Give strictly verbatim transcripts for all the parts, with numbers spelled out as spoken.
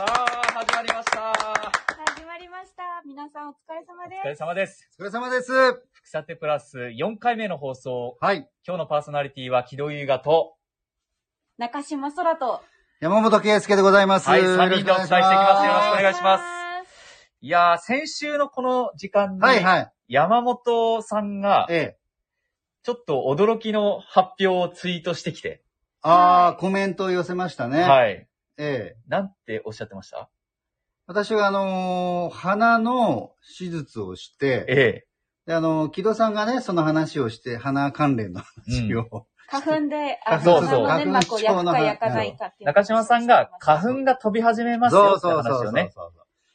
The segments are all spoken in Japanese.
さあ、始まりました。 始まりました。皆さんお疲れ様です。 お疲れ様です。 お疲れ様です。 福さてプラスよんかいめの放送。 はい。 今日のパーソナリティは木戸優雅と中島空と山本圭介でございます。 はい、さんにんでお伝えしていきます。よろしくお願いします。いやー、先週のこの時間に、はいはい、山本さんが、ええ、ちょっと驚きの発表をツイートしてきて。 あー、コメントを寄せましたね。 はい。 ええ。 なんておっしゃってました？ 私があのー、鼻の手術をして、ええ。で、あのー、木戸さんがね、その話をして、鼻関連の話を、うん。 花粉で、あ、 そうそう。 鼻の粘膜を焼くか焼かないかっていう。 中島さんが花粉が飛び始めますよって話をね。そうそうそうそう。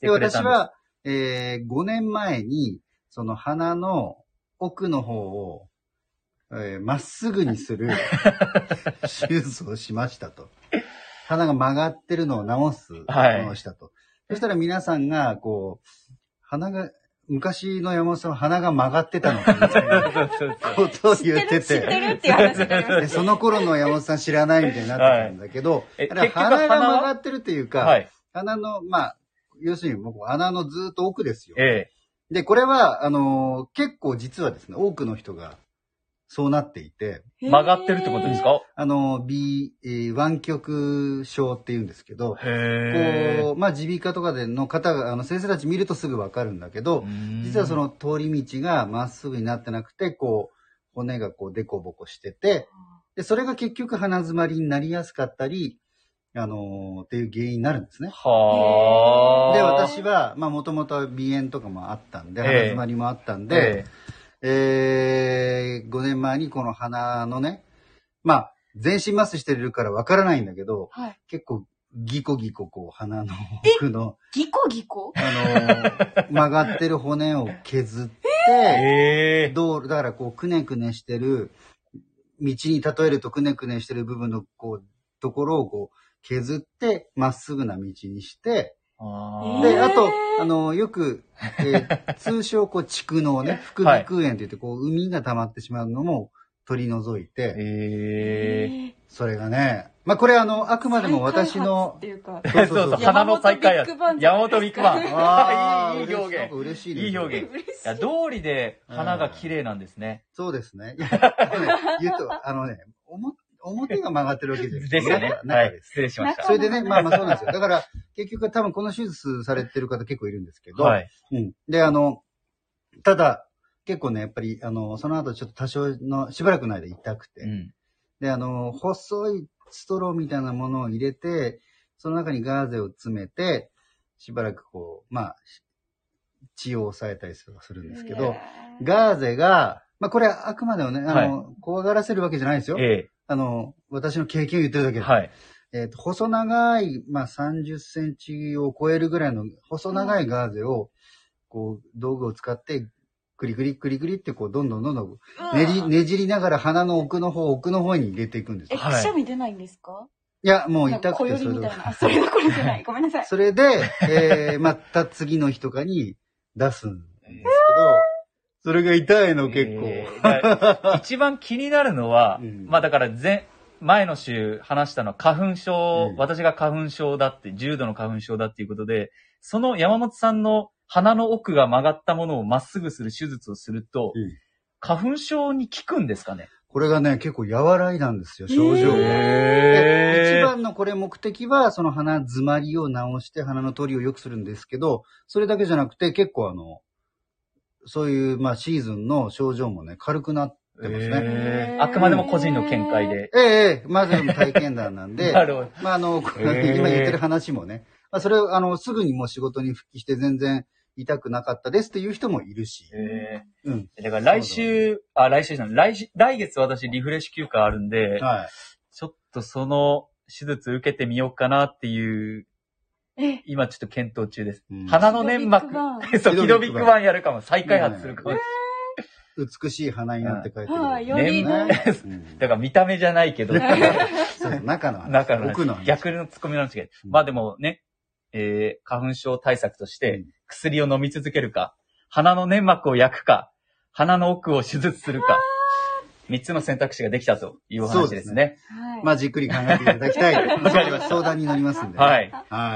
で、私は、えー、ごねんまえに、その鼻の奥の方を、えー、まっすぐにする手術をしましたと。鼻が曲がってるのを直すのをしたと。はい、そしたら皆さんが、こう、鼻が、昔の山本さんは鼻が曲がってたのかみたいなことを言ってて。 知ってるっていう話になりました。その頃の山本さん知らないみたいになってたんだけど、はい、あれ鼻が曲がってるっていうか、はい、鼻の、まあ、要するに僕鼻のずっと奥ですよ。ええ、で、これは、あのー、結構実はですね、多くの人がそうなっていて。 曲がってるってことですか？ あの、B、えー、湾曲症って言うんですけど、こう、まあ、耳鼻科とかでの方が、あの、先生たち見るとすぐわかるんだけど、実はその通り道がまっすぐになってなくて、こう、骨がこう、デコボコしてて、で、それが結局鼻詰まりになりやすかったり、あのー、っていう原因になるんですね。はで、私は、まあ、もともと鼻炎とかもあったんで、鼻詰まりもあったんで、えー、ごねんまえにこの鼻のね、まあ、全身麻酔してるからわからないんだけど、はい、結構ギコギコこう鼻の奥の、 ギコギコあのー、曲がってる骨を削って、えー、道路、だからこうくねくねしてる、道に例えるとくねくねしてる部分のこう、ところをこう削ってまっすぐな道にして、あで、あと、あの、よく、えー、通称、こう、蓄膿ね、副鼻腔炎といって、こう、海が溜まってしまうのも取り除いて、えー、それがね、まあ、これあの、あくまでも私の、 そうそうそう、鼻の再開発。山本ビッグバン。ああ、いい表現。 嬉しいね。 いい表現。いや、道理で鼻が綺麗なんですね。 そうですね。言うと、あのね、思表が曲がってるわけです。 ですよね。はい。失礼しました。 それでね、まあまあそうなんですよ。だから、結局多分この手術されてる方結構いるんですけど、はい。うん。で、あの、ただ、結構ね、やっぱり、あの、その後ちょっと多少の、しばらくの間痛くて、うん、で、あの、細いストローみたいなものを入れて、その中にガーゼを詰めて、しばらくこう、まあ、血を抑えたりするんですけど、ガーゼが、まあこれはあくまでもね、あの、はい、怖がらせるわけじゃないですよ。ええ、あの、私の経験を言ってるだけで。はい。えっと、細長い、まあさんじゅっセンチを超えるぐらいの細長いガーゼを、こう、道具を使って、クリクリクリクリってこう、どんどんどんどんねじ、ねじりながら鼻の奥の方、奥の方に入れていくんですよ。 え、くしゃみ出ないんですか？ いや、もう痛くてそれで。あ、それどころじゃない。ごめんなさい。 それで、えー、また次の日とかに出すんですけど、それが痛いの結構。えー、一番気になるのは、うん、まあだから前、前の週話したのは花粉症、うん、私が花粉症だって、重度の花粉症だっていうことで、その山本さんの鼻の奥が曲がったものをまっすぐする手術をすると、うん、花粉症に効くんですかね？ これがね、結構和らいだんですよ、症状が。えー、一番のこれ目的は、その鼻詰まりを治して鼻の通りを良くするんですけど、それだけじゃなくて結構あの、そういう、まあ、シーズンの症状もね、軽くなってますね。 えー、あくまでも個人の見解で。 ええええ、まず体験談なんで、なるほど。まあ、あの、えー、今言ってる話もね、まあ、それを、あの、すぐにもう仕事に復帰して全然痛くなかったですっていう人もいるし。 えー、うん。だから来週、あ、来週じゃない、来、来月私リフレッシュ休暇あるんで、はい。ちょっとその手術受けてみようかなっていう、今ちょっと検討中です。うん、鼻の粘膜。そう、キドビッグバンやるかも。再開発するかも。 美しい鼻になって書いてる。 はい、よりね。 だから見た目じゃないけど。 そう、中の話。 中の奥の話。逆のツッコミなんですけど。うん、まあでもね、えー、花粉症対策として薬を飲み続けるか、鼻の粘膜を焼くか、鼻の奥を手術するか、三つの選択肢ができたというお話ですね。 はい。まあじっくり考えていただきたい。わかりました。相談になりますんで、ね。 はい。 はい。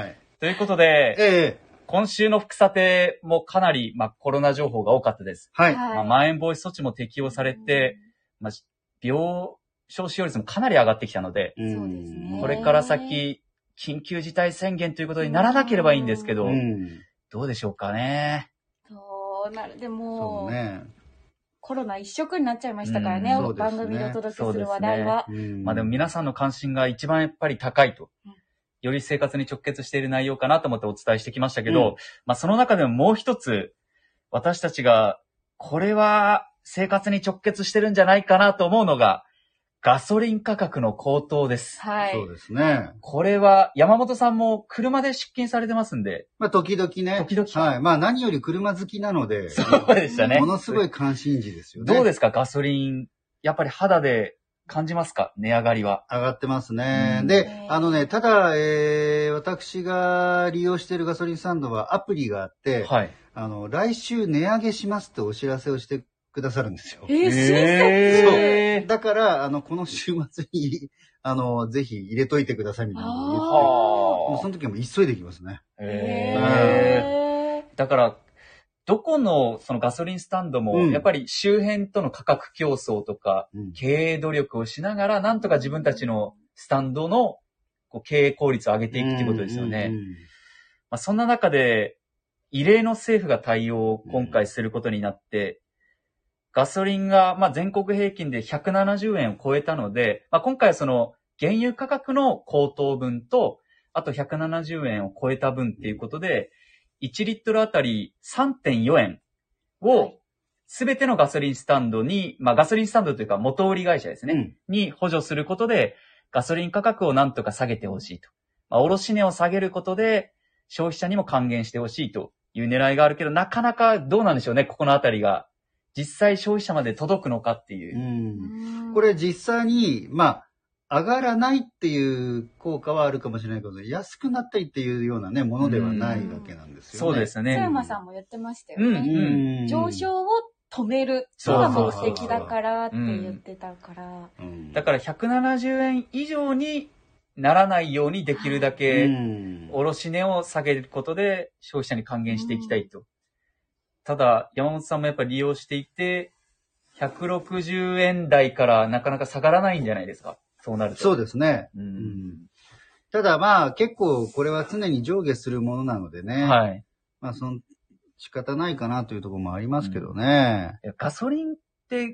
ということで、 ええ、 今週の福さてもかなり、まあ、コロナ情報が多かったです。 はい。 まあ、まん延防止措置も適用されて、まあ、病床使用率もかなり上がってきたので、 そうですね。 これから先、緊急事態宣言ということにならなければいいんですけど、 うん、 どうでしょうかね。 そうなる。でも、 そうね。 コロナ一色になっちゃいましたからね、 うん、 番組でお届けする話題は。 ね、まあでも皆さんの関心が一番やっぱり高いと。より生活に直結している内容かなと思ってお伝えしてきましたけど、うん、まあその中でももう一つ、私たちが、これは生活に直結してるんじゃないかなと思うのが、ガソリン価格の高騰です。 はい。 そうですね。 これは、山本さんも車で出勤されてますんで。 まあ時々ね。 時々。 はい。まあ何より車好きなので。 そうでしたね。 ものすごい関心事ですよね。 どうですか、ガソリン。やっぱり肌で感じますか、値上がりは。 上がってますね。うん、で、あのね、ただ、えー、私が利用しているガソリンスタンドはアプリがあって、はい。あの、来週値上げしますってお知らせをしてくださるんですよ。 えー、親切。 そう。だから、あの、この週末に、あの、ぜひ入れといてくださいみたいなことを言って、もうその時はもう急いでいきますね。 へー。だから、どこのそのガソリンスタンドも、やっぱり周辺との価格競争とか、うん、経営努力をしながら、なんとか自分たちのスタンドのこう経営効率を上げていくってことですよね。うんうんうん、まあ、そんな中で、異例の政府が対応を今回することになって、うん、ガソリンがまあ全国平均でひゃくななじゅうえんを超えたので、まあ、今回はその原油価格の高騰分と、あとひゃくななじゅうえんを超えた分っていうことで、いちリットルあたり さんてんよんえんをすべてのガソリンスタンドに、まあガソリンスタンドというか元売り会社ですね、うん、に補助することでガソリン価格をなんとか下げてほしいと。まあ、卸値を下げることで消費者にも還元してほしいという狙いがあるけど、なかなかどうなんでしょうね、ここのあたりが。実際消費者まで届くのかっていう。 うん、これ実際に、まあ、上がらないっていう効果はあるかもしれないけど、安くなったりっていうようなね、ものではないわけなんですよね。 そうですね。 佐山さんも言ってましたよね。うんうん、上昇を止めるのが目的だからって言ってたから。 だからひゃくななじゅうえん以上にならないようにできるだけ、卸値を下げることで消費者に還元していきたいと。ただ、山本さんもやっぱり利用していて、ひゃくろくじゅうえん台からなかなか下がらないんじゃないですか、そうなると。 そうですね。うんうん、ただまあ結構これは常に上下するものなのでね。はい。まあその仕方ないかなというところもありますけどね。 うん、ガソリンって、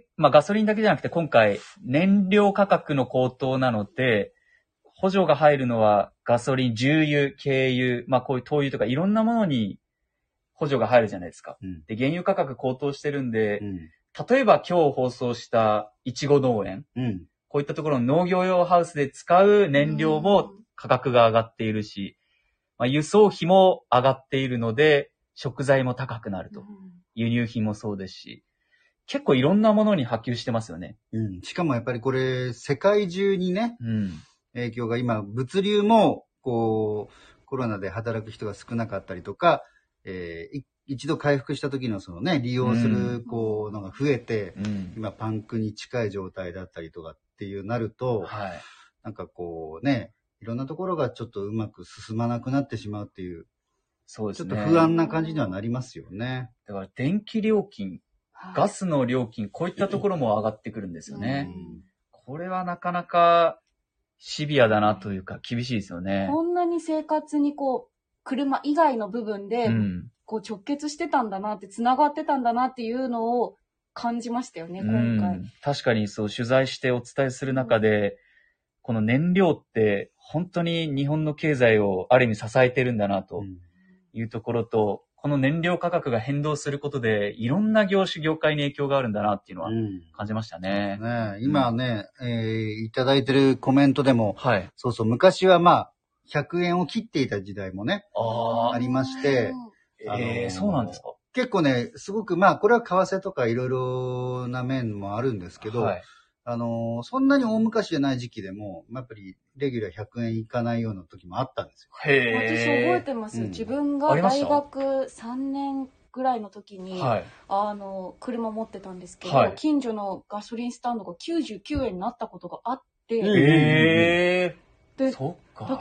まあガソリンだけじゃなくて今回燃料価格の高騰なので、補助が入るのはガソリン、重油、軽油、まあこういう灯油とかいろんなものに補助が入るじゃないですか。うん、で、原油価格高騰してるんで、うん、例えば今日放送したいちご農園、うん、こういったところの農業用ハウスで使う燃料も価格が上がっているし、まあ、輸送費も上がっているので、食材も高くなると。輸入品もそうですし、結構いろんなものに波及してますよね。 うん、しかもやっぱりこれ、世界中にね、うん、影響が今、物流も、こう、コロナで働く人が少なかったりとか、えー、一度回復した時のそのね、利用する、こう、のが増えて、うん、今パンクに近い状態だったりとかっていうなると、はい、なんかこうね、いろんなところがちょっとうまく進まなくなってしまうっていう、そうですね。ちょっと不安な感じにはなりますよね。 だから電気料金、ガスの料金、こういったところも上がってくるんですよね。うん、これはなかなかシビアだなというか厳しいですよね。 こんなに生活にこう、車以外の部分で、うん、こう直結してたんだなって、繋がってたんだなっていうのを感じましたよね、今回。 うん、確かにそう、取材してお伝えする中で、うん、この燃料って本当に日本の経済をある意味支えてるんだなというところと、この燃料価格が変動することで、いろんな業種、業界に影響があるんだなっていうのは感じましたね。 うん、ね今ね、うん、えー、いただいてるコメントでも、はい、そうそう、昔はまあ、ひゃくえんを切っていた時代もね、あ, ありまして、 あのー、えー、そうなんですか。 結構ね、すごく、まあ、これは為替とかいろいろな面もあるんですけど、はい、あのー、そんなに大昔じゃない時期でも、やっぱりレギュラーひゃくえんいかないような時もあったんですよ。 へー。私覚えてます。うん、自分が大学さんねんぐらいの時に、はい、あの、車持ってたんですけど、はい、近所のガソリンスタンドがきゅうじゅうきゅうえんになったことがあって、 へー。 で、 そっか。 だから、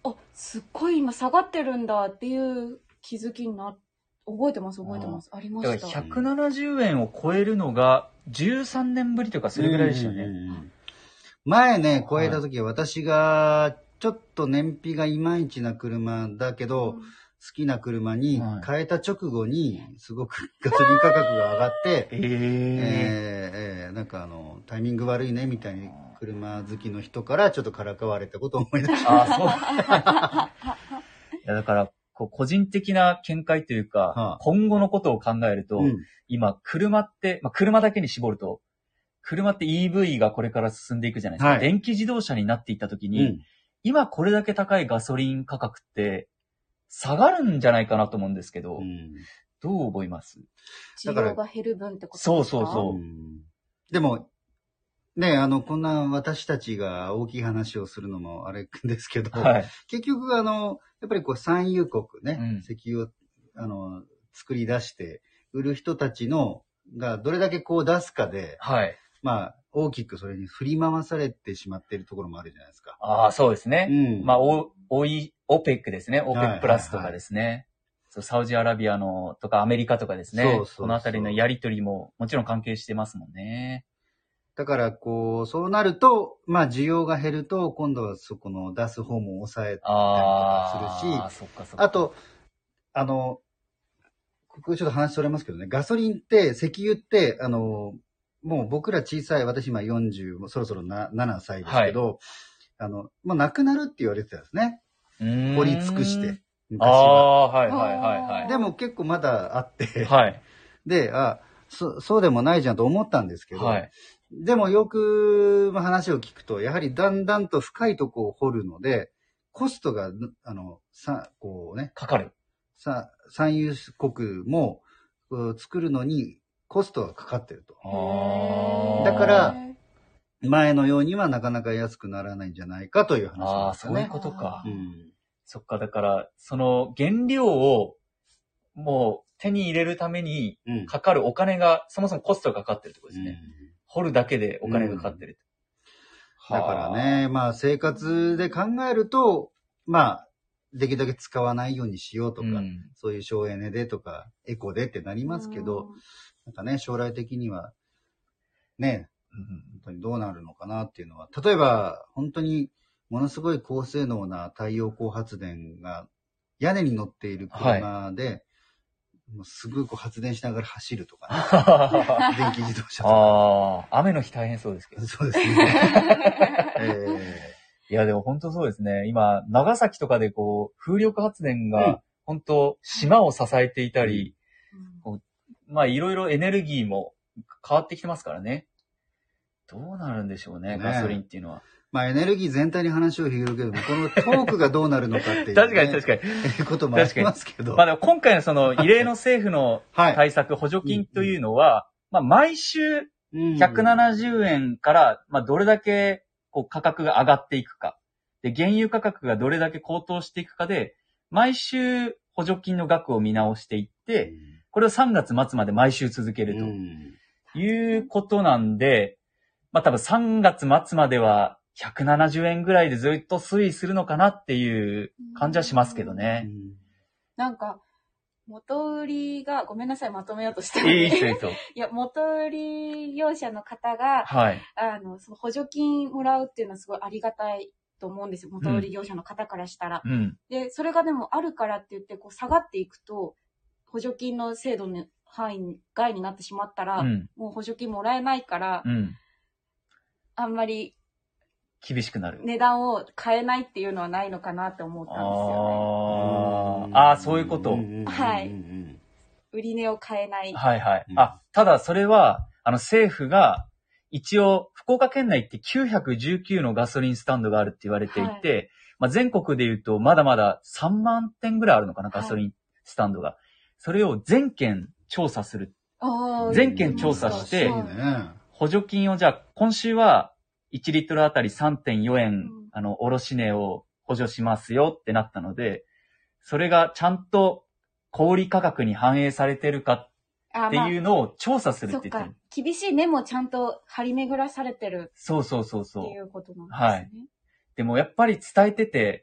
あ、すっごい今下がってるんだっていう気づきにな、覚えてます、覚えてます。ありました。 ひゃくななじゅうえんを超えるのがじゅうさんねんぶりとかそれぐらいでしたよね。うんうんうん、 前ね、超えた時は私が、ちょっと燃費がいまいちな車だけど、うん、好きな車に変えた直後に、すごくガソリン価格が上がって、えー、えー、なんかあの、タイミング悪いねみたいに車好きの人からちょっとからかわれたことを思い出した。あ、そう。 いやだから、こう個人的な見解というか、はあ、今後のことを考えると、うん、今、車って、まあ、車だけに絞ると、車って イーブイ がこれから進んでいくじゃないですか。はい、電気自動車になっていったときに、うん、今これだけ高いガソリン価格って下がるんじゃないかなと思うんですけど、うん、どう思います？ 需要が減る分ってことですか？ そうそうそう。うん、 でも、ね、あの、こんな私たちが大きい話をするのもあれですけど、はい、結局あの、やっぱりこう産油国ね、うん、石油をあの作り出して売る人たちのがどれだけこう出すかで、はい、まあ大きくそれに振り回されてしまっているところもあるじゃないですか。 ああ、そうですね。うん、まあオオイオペックですね、オペックプラスとかですね。はいはいはい、そうサウジアラビアのとかアメリカとかですね。そうそうそう、このあたりのやり取りももちろん関係してますもんね。 だから、こう、そうなると、まあ、需要が減ると、今度はそこの出す方も抑えたりとかするし、あ, そっかそっかあと、あの、ここちょっと話それますけどね、ガソリンって、石油って、あの、もう僕ら小さい、私今よんじゅう、そろそろなななさいですけど、はい、あの、もうなくなるって言われてたんですね。掘り尽くして、昔は。あはいはいはいはい。でも結構まだあって、はい、で、あそ、そうでもないじゃんと思ったんですけど、はい、でもよく話を聞くと、やはりだんだんと深いとこを掘るので、コストが、あの、さ、こうね。 かかる。 さ、産油国も作るのにコストがかかってると。だから、前のようにはなかなか安くならないんじゃないかという話なんですよね。ああ、 そういうことか。うん、そっか、だから、その原料をもう手に入れるためにかかるお金が、うん、そもそもコストがかかってるってことですね。うん掘るだけでお金がかかってる。 うん、だからね、まあ生活で考えると、まあ、できるだけ使わないようにしようとか、うん、そういう省エネでとか、エコでってなりますけど、なんかね、将来的には、ね、うん、本当にどうなるのかなっていうのは、例えば、本当にものすごい高性能な太陽光発電が屋根に乗っている車で、はいもうすぐこう発電しながら走るとかね。電気自動車とか。 ああ、雨の日大変そうですけど。 そうですね。 えー、いや、でも本当そうですね。今、長崎とかでこう、風力発電が本当、島を支えていたり、うんこうまあいろいろエネルギーも変わってきてますからね。どうなるんでしょうね、ねガソリンっていうのは。 まあエネルギー全体に話を広げるけども、このトークがどうなるのかっていう、ね。 確かに確かに。 いうこともありますけど。 まあでも今回のその異例の政府の対策、はい、補助金というのは、まあ毎週ひゃくななじゅうえんからまあどれだけこう価格が上がっていくか。で、原油価格がどれだけ高騰していくかで、毎週補助金の額を見直していって、これをさんがつ末まで毎週続けるということなんで、まあ多分さんがつ末まではひゃくななじゅうえんぐらいでずっと推移するのかなっていう感じはしますけどね。 なんか、元売りが、ごめんなさい、まとめようとしてる。 いい人いい人。いや、元売り業者の方が、はい、あの、その補助金もらうっていうのはすごいありがたいと思うんですよ。元売り業者の方からしたら。うん、で、それがでもあるからって言って、こう下がっていくと、補助金の制度の範囲外になってしまったら、うん、もう補助金もらえないから、うん、あんまり、 厳しくなる。 値段を変えないっていうのはないのかなって思ったんですよね。ああ、そういうこと。 はい。売り値を変えない。 はいはい。あ、ただそれは、あの政府が、一応、福岡県内ってきゅうひゃくじゅうきゅうのガソリンスタンドがあるって言われていて、はい、まあ、全国で言うと、まだまださんまんてんぐらいあるのかな、ガソリンスタンドが。はい、それを全県調査する。全県調査して、補助金をじゃあ、今週はいちリットルあたり さんてんよえん、うん、あの、卸値を補助しますよってなったので、それがちゃんと小売価格に反映されてるかっていうのを調査するって言ってる。 まあ、厳しい目もちゃんと張り巡らされてる。 そうそうそうそう。 っていうことなんですね。はい。 でもやっぱり伝えてて、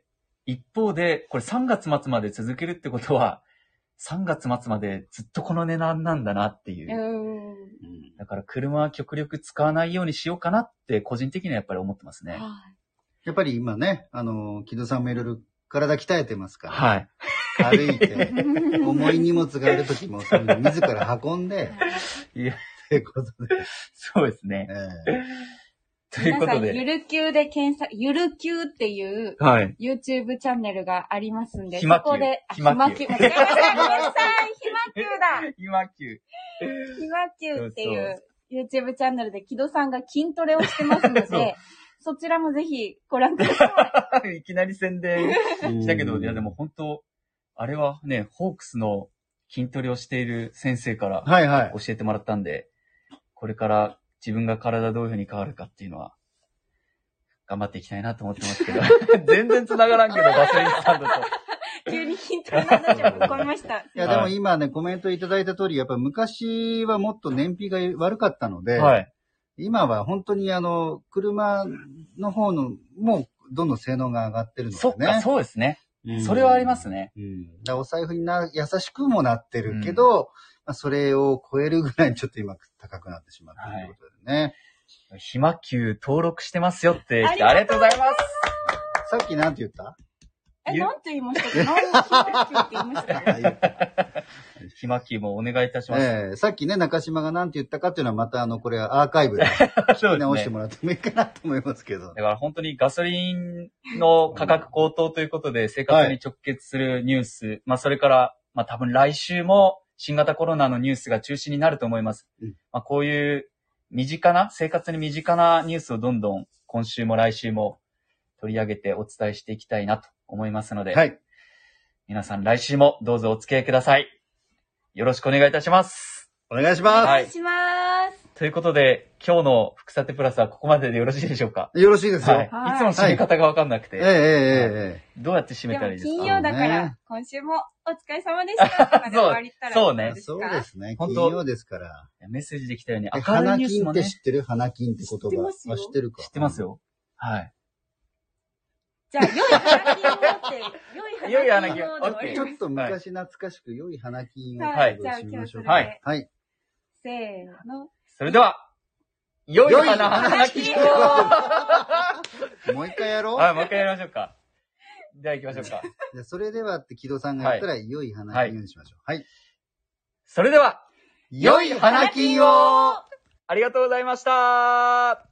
一方で、これさんがつ末まで続けるってことは、さんがつ末までずっとこの値段なんだなっていう。うん、だから車は極力使わないようにしようかなって個人的にはやっぱり思ってますね。 やっぱり今ね、あの、木戸さんもいろいろ体鍛えてますから。 はい。 歩いて、重い荷物があるときも、その自ら運んで、 いや、 ってことで。 そうですね。えーということで。 皆さん、ゆるきゅうで検索、ゆるきゅうっていう、YouTube チャンネルがありますんで、 そこで、 ひまきゅう。 ひまきゅう。間違えました。ひまきゅうだ。 ひまきゅう。 ひまきゅうっていう YouTube チャンネルで、木戸さんが筋トレをしてますので、そちらもぜひご覧ください。いきなり宣伝したけど、いやでも本当、あれはね、ホークスの筋トレをしている先生から教えてもらったんで、はいはい、これから自分が体どういう風に変わるかっていうのは、頑張っていきたいなと思ってますけど。全然繋がらんけど、ガソリンスタンドと。 急に筋トレの話をぶっ込みました。いや、でも今ね、コメントいただいた通り、やっぱ昔はもっと燃費が悪かったので、はい、今は本当にあの、車の方の、もうどんどん性能が上がってるのでね。 そっか、そうですね。うん、それはありますね。 うん、だお財布にな優しくもなってるけど、うんまあ、それを超えるぐらいにちょっと今高くなってしまっているということでね。 はい、ひまきゅう登録してますよってありがとうございます。 さっきなんて言った？ え、なんて言いましたっけ？何ひまきゅうって言いましたか？ ひまきゅうもお願いいたします。 えー、さっきね、中島がなんて言ったかっていうのはまたあの、これはアーカイブで直してもらってもいいかなと思いますけど。 だから本当にガソリンの価格高騰ということで生活に直結するニュース、はい、まあそれから、まあ多分来週も新型コロナのニュースが中心になると思います。うん、まあこういう身近な、生活に身近なニュースをどんどん今週も来週も取り上げてお伝えしていきたいなと思いますので、はい、皆さん来週もどうぞお付き合いください。よろしくお願いいたします。 お願いします。 お願いします。 ということで、今日の福さてプラスはここまででよろしいでしょうか？ よろしいですよ。はい。いつも締め方がわかんなくて。 ええええええ。 どうやって締めたらいいですか？ 金曜だから、今週もお疲れ様でしたまで終わりたらそうね。 そうですね。金曜ですから。 メッセージできたように、 明るいニュースもね。花金って知ってる？花金って言葉。知ってるか？ 知ってますよ。はい。 じゃあ、良い花金をって、良い花金を。 ちょっと昔懐かしく良い花金を。 はい。じゃあ、今日それで。 はい。はい。 せーの。 それでは、良い花金をもう一回やろう。 はい、もう一回やりましょうか。では行きましょうか。 じゃそれではって木戸さんがやったら、良い花金をにしましょう。はい。 それでは、良い花金をありがとうございました。